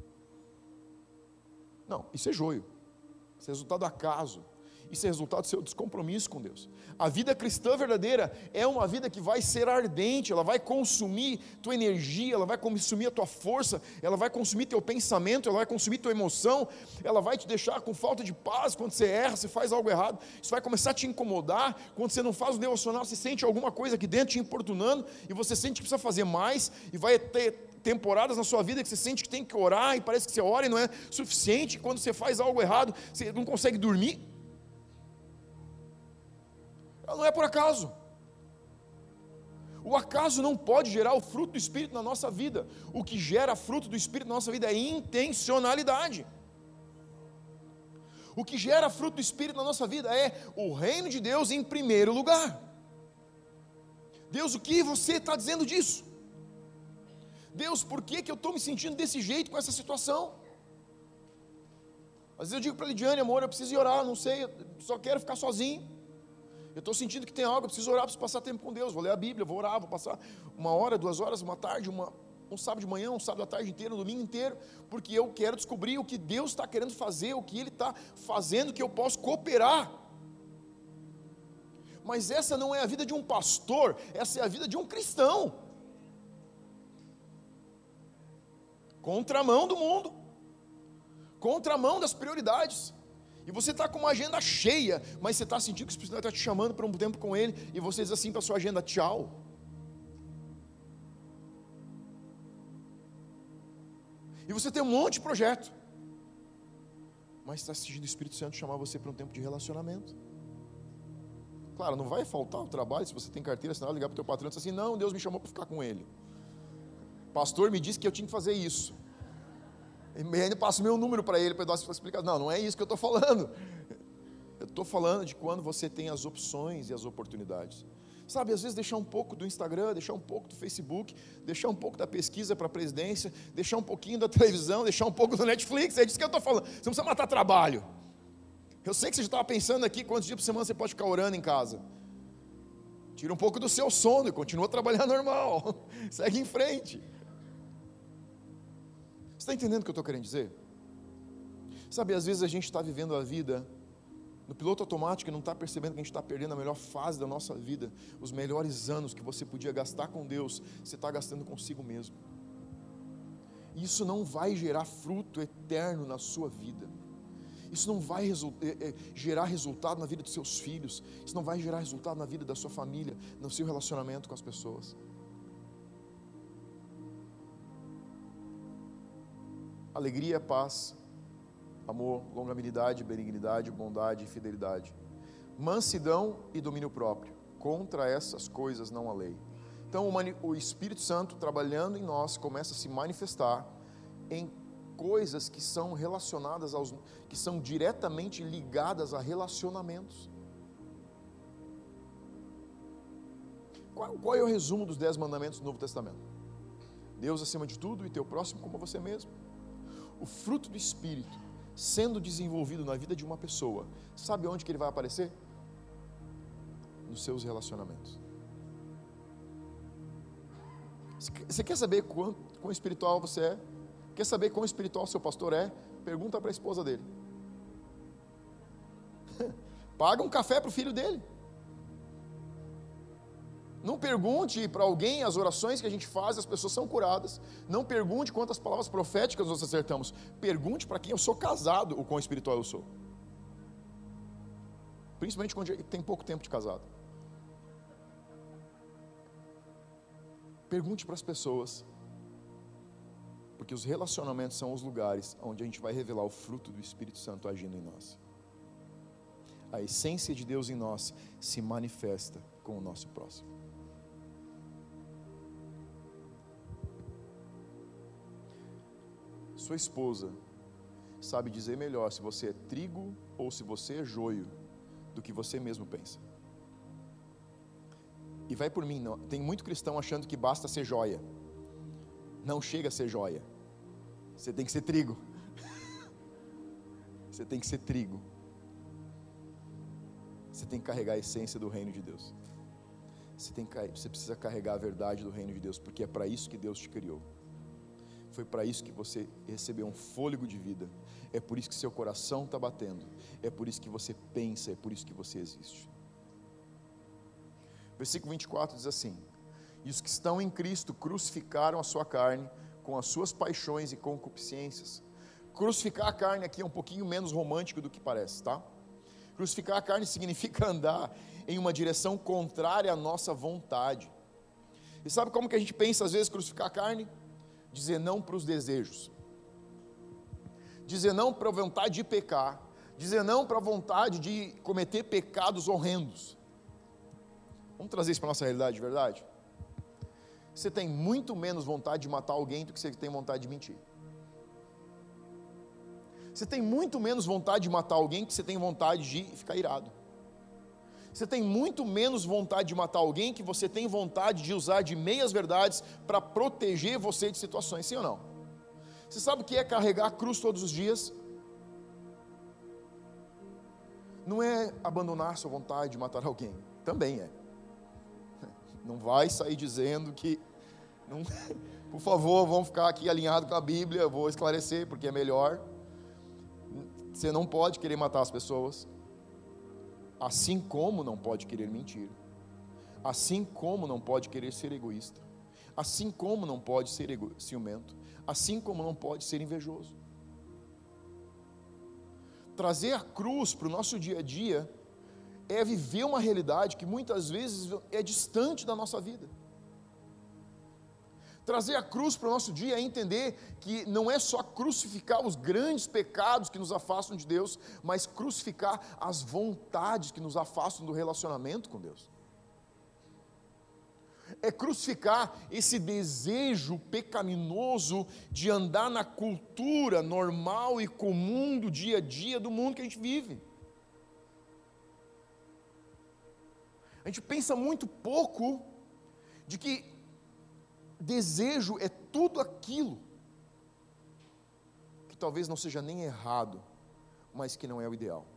Não, isso é joio. Isso é resultado do acaso. Isso é resultado do seu descompromisso com Deus. A vida cristã verdadeira é uma vida que vai ser ardente, ela vai consumir tua energia, ela vai consumir a tua força, ela vai consumir teu pensamento, ela vai consumir tua emoção, ela vai te deixar com falta de paz quando você erra, você faz algo errado, isso vai começar a te incomodar, quando você não faz o devocional, você sente alguma coisa aqui dentro te importunando, e você sente que precisa fazer mais, e vai ter temporadas na sua vida que você sente que tem que orar, e parece que você ora e não é suficiente, quando você faz algo errado, você não consegue dormir. Não é por acaso. O acaso não pode gerar o fruto do Espírito na nossa vida. O que gera fruto do Espírito na nossa vida é intencionalidade. O que gera fruto do Espírito na nossa vida é o reino de Deus em primeiro lugar. Deus, o que você está dizendo disso? Deus, por que eu estou me sentindo desse jeito com essa situação? Às vezes eu digo para a Lidiane, amor, eu preciso ir orar, não sei, eu só quero ficar sozinho. Eu estou sentindo que tem algo, eu preciso orar, preciso passar tempo com Deus, vou ler a Bíblia, vou orar, vou passar 1 hora, 2 horas, uma tarde, um sábado de manhã, um sábado à tarde inteiro, um domingo inteiro, porque eu quero descobrir o que Deus está querendo fazer, o que Ele está fazendo, que eu posso cooperar. Mas essa não é a vida de um pastor, essa é a vida de um cristão. Contramão do mundo, contramão das prioridades. E você está com uma agenda cheia, mas você está sentindo que o Espírito Santo está te chamando para um tempo com Ele, e você diz assim para a sua agenda, tchau. E você tem um monte de projeto, mas está sentindo o Espírito Santo chamar você para um tempo de relacionamento. Claro, não vai faltar o trabalho, se você tem carteira assinada, ligar para o teu patrão e dizer assim, não, Deus me chamou para ficar com ele. O pastor me disse que eu tinha que fazer isso. E ainda passo meu número para ele, para dar essa explicação. Não é isso que eu estou falando. Eu estou falando de quando você tem as opções e as oportunidades. Sabe, às vezes deixar um pouco do Instagram, deixar um pouco do Facebook, deixar um pouco da pesquisa para a presidência, deixar um pouquinho da televisão, deixar um pouco do Netflix, é disso que eu estou falando. Você não precisa matar trabalho. Eu sei que você já estava pensando aqui quantos dias por semana você pode ficar orando em casa. Tira um pouco do seu sono e continua a trabalhar normal. Segue em frente. Você está entendendo o que eu estou querendo dizer? Sabe, às vezes a gente está vivendo a vida no piloto automático e não está percebendo que a gente está perdendo a melhor fase da nossa vida. Os melhores anos que você podia gastar com Deus, você está gastando consigo mesmo. Isso não vai gerar fruto eterno na sua vida. Isso não vai gerar resultado na vida dos seus filhos. Isso não vai gerar resultado na vida da sua família, no seu relacionamento com as pessoas. Alegria, paz, amor, longanimidade, benignidade, bondade e fidelidade. Mansidão e domínio próprio. Contra essas coisas não há lei. Então o Espírito Santo trabalhando em nós começa a se manifestar em coisas que são relacionadas que são diretamente ligadas a relacionamentos. Qual é o resumo dos 10 mandamentos do Novo Testamento? Deus acima de tudo e teu próximo como você mesmo. O fruto do Espírito sendo desenvolvido na vida de uma pessoa, sabe onde que ele vai aparecer? nos seus relacionamentos. Você quer saber quão espiritual você é? Quer saber quão espiritual seu pastor é? Pergunta para a esposa dele. Paga um café para o filho dele. Não pergunte para alguém as orações que a gente faz, as pessoas são curadas. Não pergunte quantas palavras proféticas nós acertamos. Pergunte para quem eu sou casado, o quão espiritual eu sou. Principalmente quando tem pouco tempo de casado. Pergunte para as pessoas. Porque os relacionamentos são os lugares onde a gente vai revelar o fruto do Espírito Santo agindo em nós. A essência de Deus em nós se manifesta com o nosso próximo. Sua esposa sabe dizer melhor se você é trigo ou se você é joio do que você mesmo pensa. E vai por mim, não. Tem muito cristão achando que basta ser joia. Não chega a ser joia. Você tem que ser trigo. Você tem que ser trigo. Você tem que carregar a essência do reino de Deus. Você precisa carregar a verdade do reino de Deus, porque é para isso que Deus te criou. Foi para isso que você recebeu um fôlego de vida. É por isso que seu coração está batendo. É por isso que você pensa, é por isso que você existe. Versículo 24 diz assim: e os que estão em Cristo crucificaram a sua carne com as suas paixões e concupiscências. Crucificar a carne aqui é um pouquinho menos romântico do que parece, tá? Crucificar a carne significa andar em uma direção contrária à nossa vontade. E sabe como que a gente pensa às vezes crucificar a carne? Dizer não para os desejos, dizer não para a vontade de pecar, dizer não para a vontade de cometer pecados horrendos. Vamos trazer isso para a nossa realidade de verdade? Você tem muito menos vontade de matar alguém do que você tem vontade de mentir. Você tem muito menos vontade de matar alguém do que você tem vontade de ficar irado. Você tem muito menos vontade de matar alguém que você tem vontade de usar de meias verdades para proteger você de situações, sim ou não? Você sabe o que é carregar a cruz todos os dias? Não é abandonar sua vontade de matar alguém, também é. Não vai sair dizendo que, não, por favor, vamos ficar aqui alinhado com a Bíblia, eu vou esclarecer porque é melhor. Você não pode querer matar as pessoas. Assim como não pode querer mentir, assim como não pode querer ser egoísta, assim como não pode ser ciumento, assim como não pode ser invejoso. Trazer a cruz para o nosso dia a dia é viver uma realidade que muitas vezes é distante da nossa vida. Trazer a cruz para o nosso dia é entender que não é só crucificar os grandes pecados que nos afastam de Deus, mas crucificar as vontades que nos afastam do relacionamento com Deus. É crucificar esse desejo pecaminoso de andar na cultura normal e comum do dia a dia do mundo que a gente vive. A gente pensa muito pouco de que desejo é tudo aquilo que talvez não seja nem errado, mas que não é o ideal.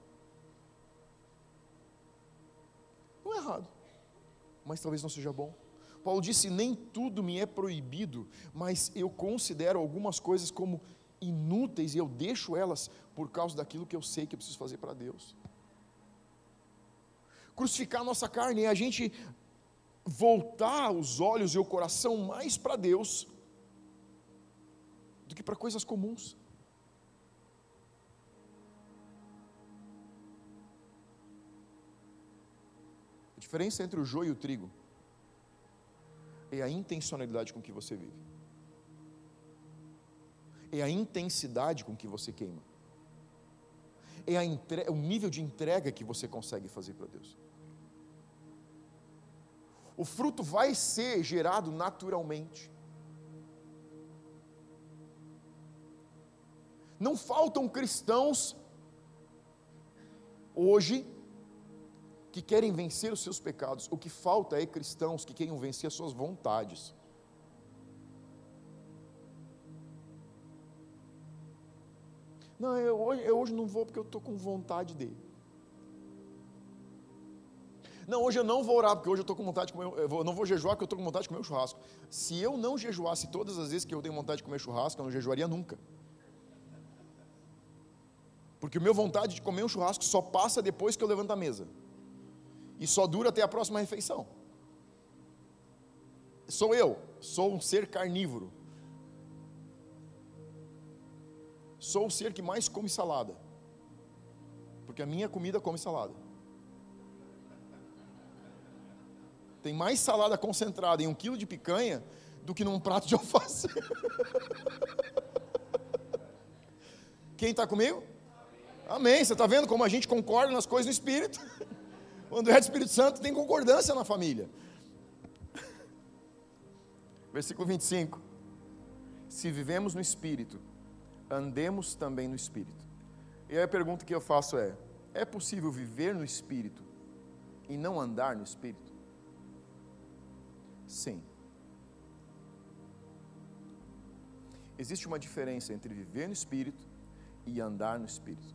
Não é errado, mas talvez não seja bom. Paulo disse: nem tudo me é proibido, mas eu considero algumas coisas como inúteis e eu deixo elas por causa daquilo que eu sei que eu preciso fazer para Deus. Crucificar a nossa carne é a gente voltar os olhos e o coração mais para Deus do que para coisas comuns. A diferença entre o joio e o trigo é a intencionalidade com que você vive, é a intensidade com que você queima, é o nível de entrega que você consegue fazer para Deus. O fruto vai ser gerado naturalmente. Não faltam cristãos hoje que querem vencer os seus pecados. O que falta é cristãos que querem vencer as suas vontades. Não, eu hoje não vou porque eu estou com vontade de. Não, hoje eu não vou orar, porque hoje eu estou com vontade de comer, não vou jejuar, porque eu estou com vontade de comer um churrasco. Se eu não jejuasse todas as vezes que eu tenho vontade de comer churrasco, eu não jejuaria nunca. Porque o meu vontade de comer um churrasco só passa depois que eu levanto a mesa. E só dura até a próxima refeição. Sou um ser carnívoro. Sou o ser que mais come salada. Porque a minha comida come salada. Tem mais salada concentrada em 1 quilo de picanha do que num prato de alface. Quem está comigo? Amém. Você está vendo como a gente concorda nas coisas no Espírito? Quando é do Espírito Santo, tem concordância na família. Versículo 25. Se vivemos no Espírito, andemos também no Espírito. E aí a pergunta que eu faço é possível viver no Espírito e não andar no Espírito? Sim. Existe uma diferença entre viver no Espírito e andar no Espírito.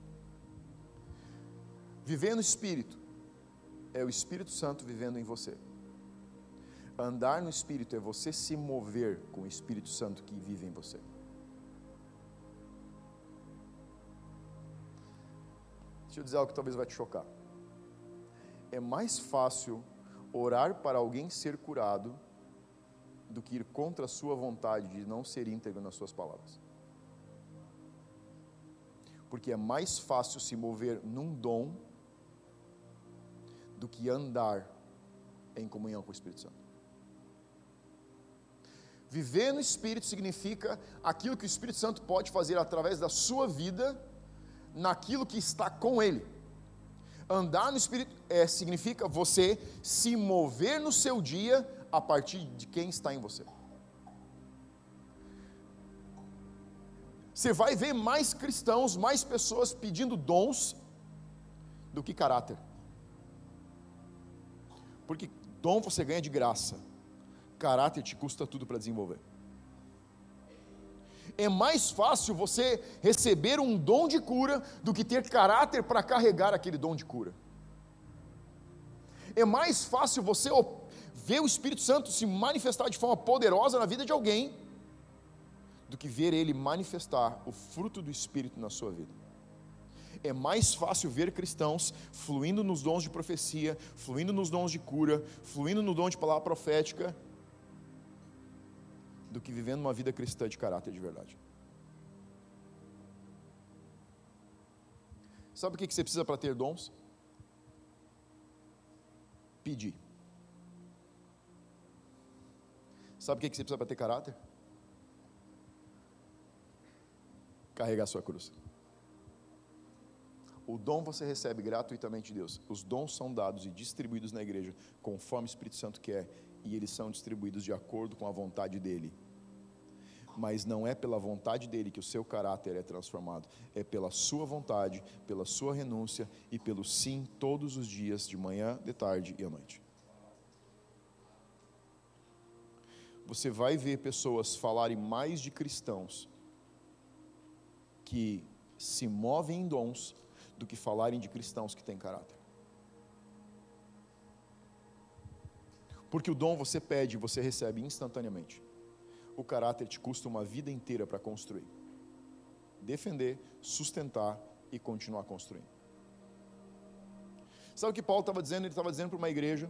Viver no Espírito é o Espírito Santo vivendo em você. Andar no Espírito é você se mover com o Espírito Santo que vive em você. Deixa eu dizer algo que talvez vai te chocar. É mais fácil orar para alguém ser curado do que ir contra a sua vontade de não ser íntegro nas suas palavras. Porque é mais fácil se mover num dom do que andar em comunhão com o Espírito Santo. Viver no Espírito significa aquilo que o Espírito Santo pode fazer através da sua vida, naquilo que está com Ele. Andar no Espírito significa você se mover no seu dia a partir de quem está em você. Você vai ver mais cristãos, mais pessoas pedindo dons do que caráter. Porque dom você ganha de graça, caráter te custa tudo para desenvolver. É mais fácil você receber um dom de cura do que ter caráter para carregar aquele dom de cura. É mais fácil você ver o Espírito Santo se manifestar de forma poderosa na vida de alguém do que ver ele manifestar o fruto do Espírito na sua vida. É mais fácil ver cristãos fluindo nos dons de profecia, fluindo nos dons de cura, fluindo no dom de palavra profética, do que vivendo uma vida cristã de caráter de verdade. Sabe o que você precisa para ter dons? Pedir. Sabe o que você precisa para ter caráter? Carregar a sua cruz. O dom você recebe gratuitamente de Deus. Os dons são dados e distribuídos na igreja conforme o Espírito Santo quer, e eles são distribuídos de acordo com a vontade dele. Mas não é pela vontade dele que o seu caráter é transformado, é pela sua vontade, pela sua renúncia e pelo sim todos os dias, de manhã, de tarde e à noite. Você vai ver pessoas falarem mais de cristãos que se movem em dons do que falarem de cristãos que têm caráter. Porque o dom você pede e você recebe instantaneamente. O caráter te custa uma vida inteira para construir, defender, sustentar e continuar construindo. Sabe o que Paulo estava dizendo? Ele estava dizendo para uma igreja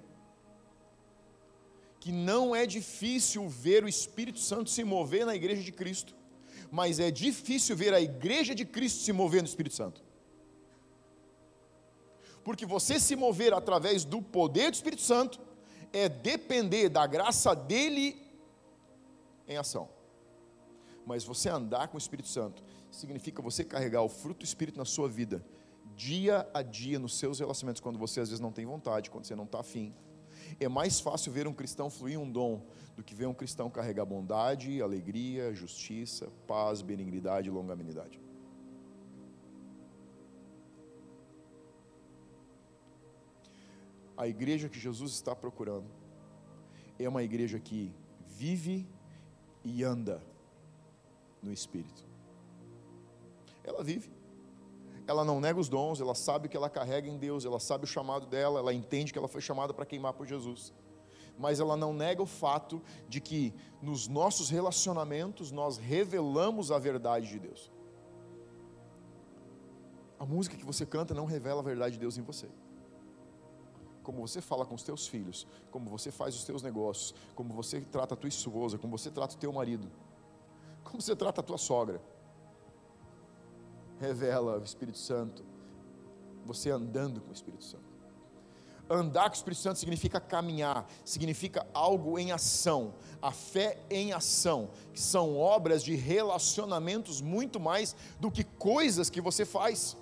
que não é difícil ver o Espírito Santo se mover na igreja de Cristo, mas é difícil ver a igreja de Cristo se mover no Espírito Santo. Porque você se mover através do poder do Espírito Santo é depender da graça dele em ação. Mas você andar com o Espírito Santo significa você carregar o fruto do Espírito na sua vida, dia a dia, nos seus relacionamentos, quando você às vezes não tem vontade, quando você não está afim. É mais fácil ver um cristão fluir um dom do que ver um cristão carregar bondade, alegria, justiça, paz, benignidade e longanimidade. A igreja que Jesus está procurando é uma igreja que vive e anda no Espírito. Ela vive. ela não nega os dons, ela sabe o que ela carrega em Deus, ela sabe o chamado dela, ela entende que ela foi chamada para queimar por Jesus. Mas ela não nega o fato de que nos nossos relacionamentos nós revelamos a verdade de Deus. A música que você canta não revela a verdade de Deus em você. Como você fala com os teus filhos, como você faz os teus negócios, como você trata a tua esposa, como você trata o teu marido, como você trata a tua sogra, revela o Espírito Santo, você andando com o Espírito Santo. Andar com o Espírito Santo significa caminhar, significa algo em ação, a fé em ação, que são obras de relacionamentos muito mais do que coisas que você faz.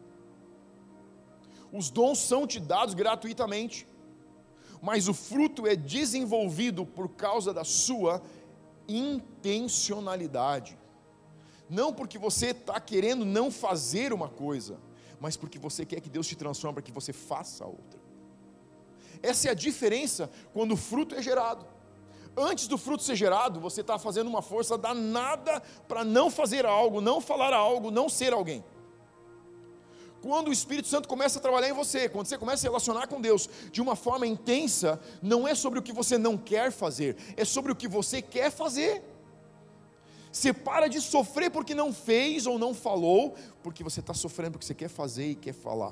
Os dons são te dados gratuitamente, mas o fruto é desenvolvido por causa da sua intencionalidade. Não porque você está querendo não fazer uma coisa, mas porque você quer que Deus te transforme para que você faça a outra. Essa é a diferença quando o fruto é gerado. Antes do fruto ser gerado, você está fazendo uma força danada para não fazer algo, não falar algo, não ser alguém. Quando o Espírito Santo começa a trabalhar em você, quando você começa a relacionar com Deus de uma forma intensa, não é sobre o que você não quer fazer, é sobre o que você quer fazer. Você para de sofrer porque não fez ou não falou, porque você está sofrendo porque você quer fazer e quer falar.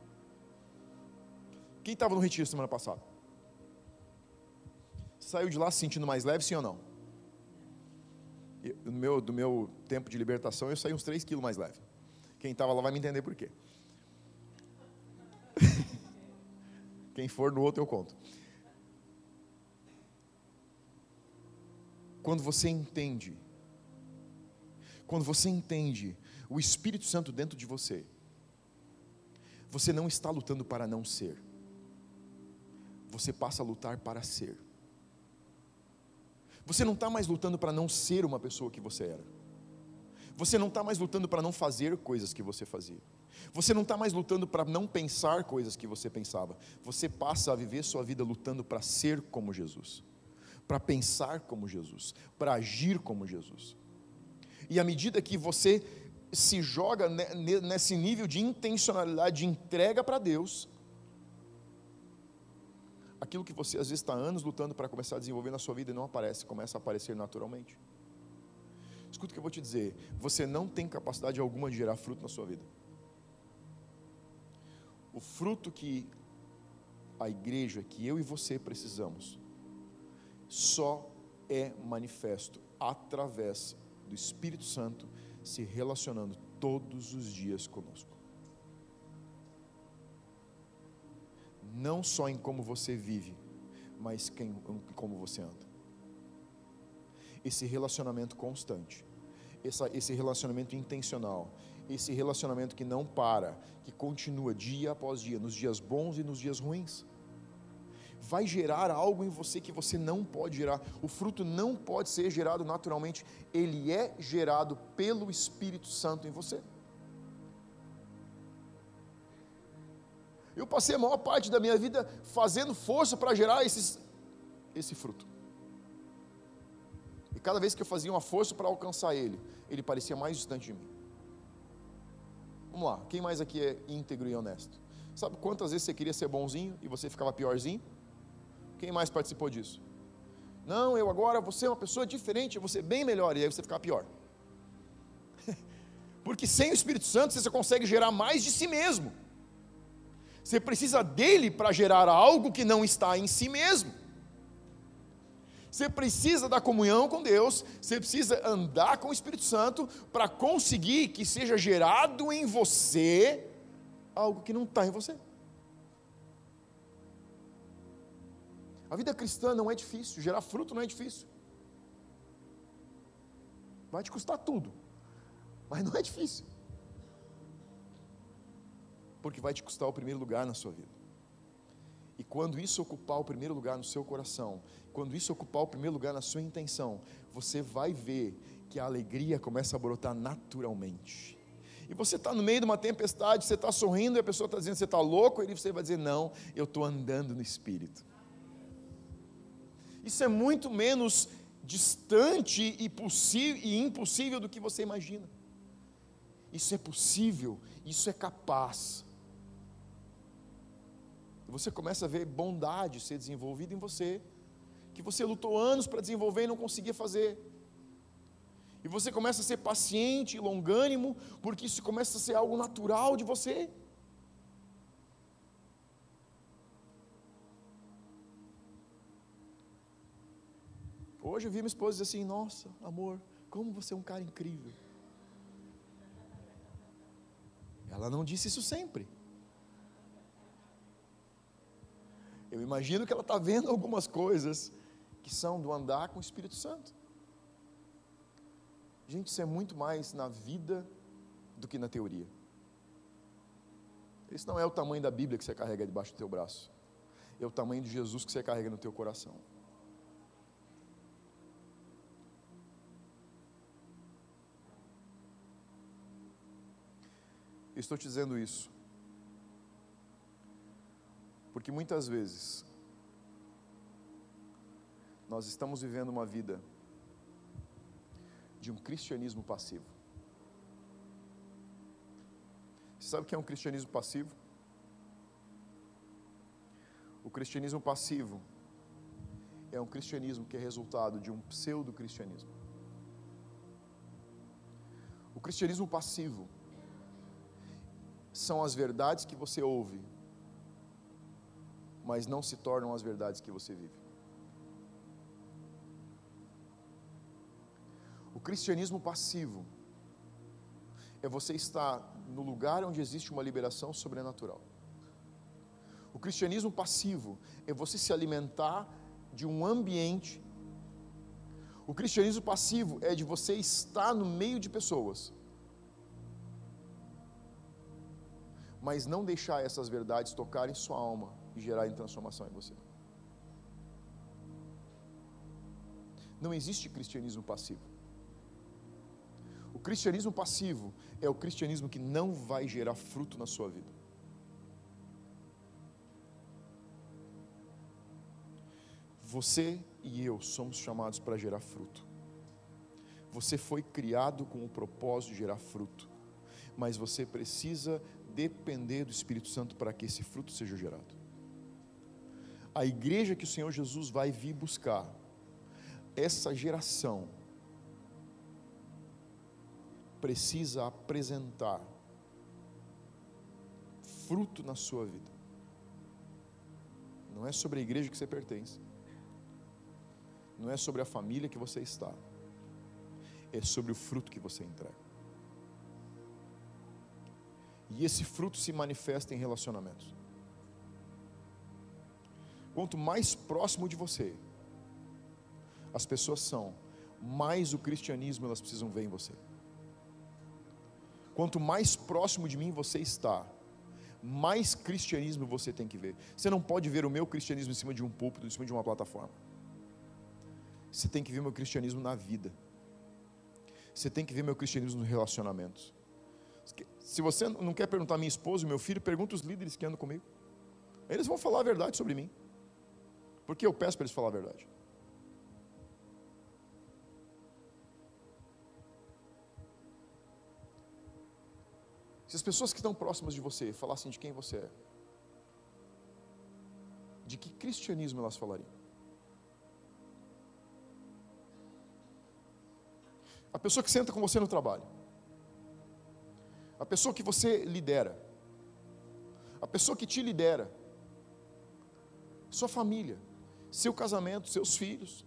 Quem estava no retiro semana passada? Saiu de lá se sentindo mais leve, sim ou não? Do meu tempo de libertação, eu saí uns 3 quilos mais leve. Quem estava lá vai me entender por quê. Quem for no outro eu conto. Quando você entende o Espírito Santo dentro de você, você não está lutando para não ser, você passa a lutar para ser. Você não está mais lutando para não ser uma pessoa que você era. Você não está mais lutando para não fazer coisas que você fazia. Você não está mais lutando para não pensar coisas que você pensava. Você passa a viver sua vida lutando para ser como Jesus, para pensar como Jesus, para agir como Jesus. E à medida que você se joga nesse nível de intencionalidade, de entrega para Deus, aquilo que você às vezes está anos lutando para começar a desenvolver na sua vida e não aparece, começa a aparecer naturalmente. Escuta o que eu vou te dizer, você não tem capacidade alguma de gerar fruto na sua vida. O fruto que a igreja, que eu e você precisamos, só é manifesto através do Espírito Santo se relacionando todos os dias conosco. Não só em como você vive, mas em como você anda. Esse relacionamento constante, esse relacionamento intencional, esse relacionamento que não para, que continua dia após dia, nos dias bons e nos dias ruins, vai gerar algo em você que você não pode gerar. O fruto não pode ser gerado naturalmente, ele é gerado pelo Espírito Santo em você. Eu passei a maior parte da minha vida fazendo força para gerar esse fruto. E cada vez que eu fazia uma força para alcançar ele parecia mais distante de mim. Vamos lá, quem mais aqui é íntegro e honesto? Sabe quantas vezes você queria ser bonzinho e você ficava piorzinho? Quem mais participou disso? Não, eu agora vou ser uma pessoa diferente, eu vou ser bem melhor, e aí você ficava pior. Porque sem o Espírito Santo você consegue gerar mais de si mesmo. Você precisa dele para gerar algo que não está em si mesmo. Você precisa da comunhão com Deus, você precisa andar com o Espírito Santo para conseguir que seja gerado em você algo que não está em você. A vida cristã não é difícil, gerar fruto não é difícil. Vai te custar tudo, mas não é difícil. Porque vai te custar o primeiro lugar na sua vida. E quando isso ocupar o primeiro lugar no seu coração, quando isso ocupar o primeiro lugar na sua intenção, você vai ver que a alegria começa a brotar naturalmente. E você está no meio de uma tempestade, você está sorrindo e a pessoa está dizendo, você está louco? E você vai dizer, não, eu estou andando no Espírito. Isso é muito menos distante e impossível do que você imagina. Isso é possível, isso é capaz. E você começa a ver bondade ser desenvolvida em você, que você lutou anos para desenvolver e não conseguia fazer. E você começa a ser paciente e longânimo, porque isso começa a ser algo natural de você. Hoje eu vi minha esposa dizer assim: nossa, amor, como você é um cara incrível. Ela não disse isso sempre. Eu imagino que ela está vendo algumas coisas que são do andar com o Espírito Santo. Gente, isso é muito mais na vida do que na teoria. Esse não é o tamanho da Bíblia que você carrega debaixo do teu braço. É o tamanho de Jesus que você carrega no teu coração. Eu estou te dizendo isso porque muitas vezes nós estamos vivendo uma vida de um cristianismo passivo. Você sabe o que é um cristianismo passivo? O cristianismo passivo é um cristianismo que é resultado de um pseudo-cristianismo. O cristianismo passivo são as verdades que você ouve, mas não se tornam as verdades que você vive. O cristianismo passivo é você estar no lugar onde existe uma liberação sobrenatural. O cristianismo passivo é você se alimentar de um ambiente. O cristianismo passivo é de você estar no meio de pessoas, mas não deixar essas verdades tocarem sua alma e gerarem transformação em você. Não existe cristianismo passivo. O cristianismo passivo é o cristianismo que não vai gerar fruto na sua vida. Você e eu somos chamados para gerar fruto. Você foi criado com o propósito de gerar fruto, mas você precisa depender do Espírito Santo para que esse fruto seja gerado. A igreja que o Senhor Jesus vai vir buscar, essa geração precisa apresentar fruto na sua vida. Não é sobre a igreja que você pertence, não é sobre a família que você está, é sobre o fruto que você entrega. E esse fruto se manifesta em relacionamentos. Quanto mais próximo de você as pessoas são, mais o cristianismo elas precisam ver em você. Quanto mais próximo de mim você está, mais cristianismo você tem que ver. Você não pode ver o meu cristianismo em cima de um púlpito, em cima de uma plataforma. Você tem que ver o meu cristianismo na vida. Você tem que ver meu cristianismo nos relacionamentos. Se você não quer perguntar a minha esposa e meu filho, pergunta os líderes que andam comigo. Eles vão falar a verdade sobre mim, porque eu peço para eles falar a verdade. Se as pessoas que estão próximas de você falassem de quem você é, de que cristianismo elas falariam? A pessoa que senta com você no trabalho, a pessoa que você lidera, a pessoa que te lidera, sua família, seu casamento, seus filhos,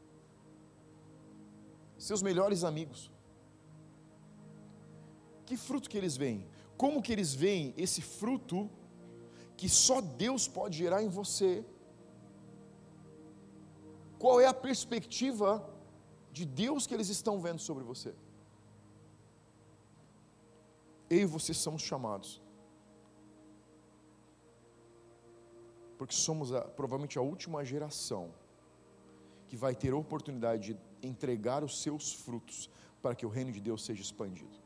seus melhores amigos, que fruto que eles veem? Como que eles veem esse fruto que só Deus pode gerar em você? Qual é a perspectiva de Deus que eles estão vendo sobre você? Eu e você somos chamados, porque somos provavelmente a última geração que vai ter a oportunidade de entregar os seus frutos para que o reino de Deus seja expandido.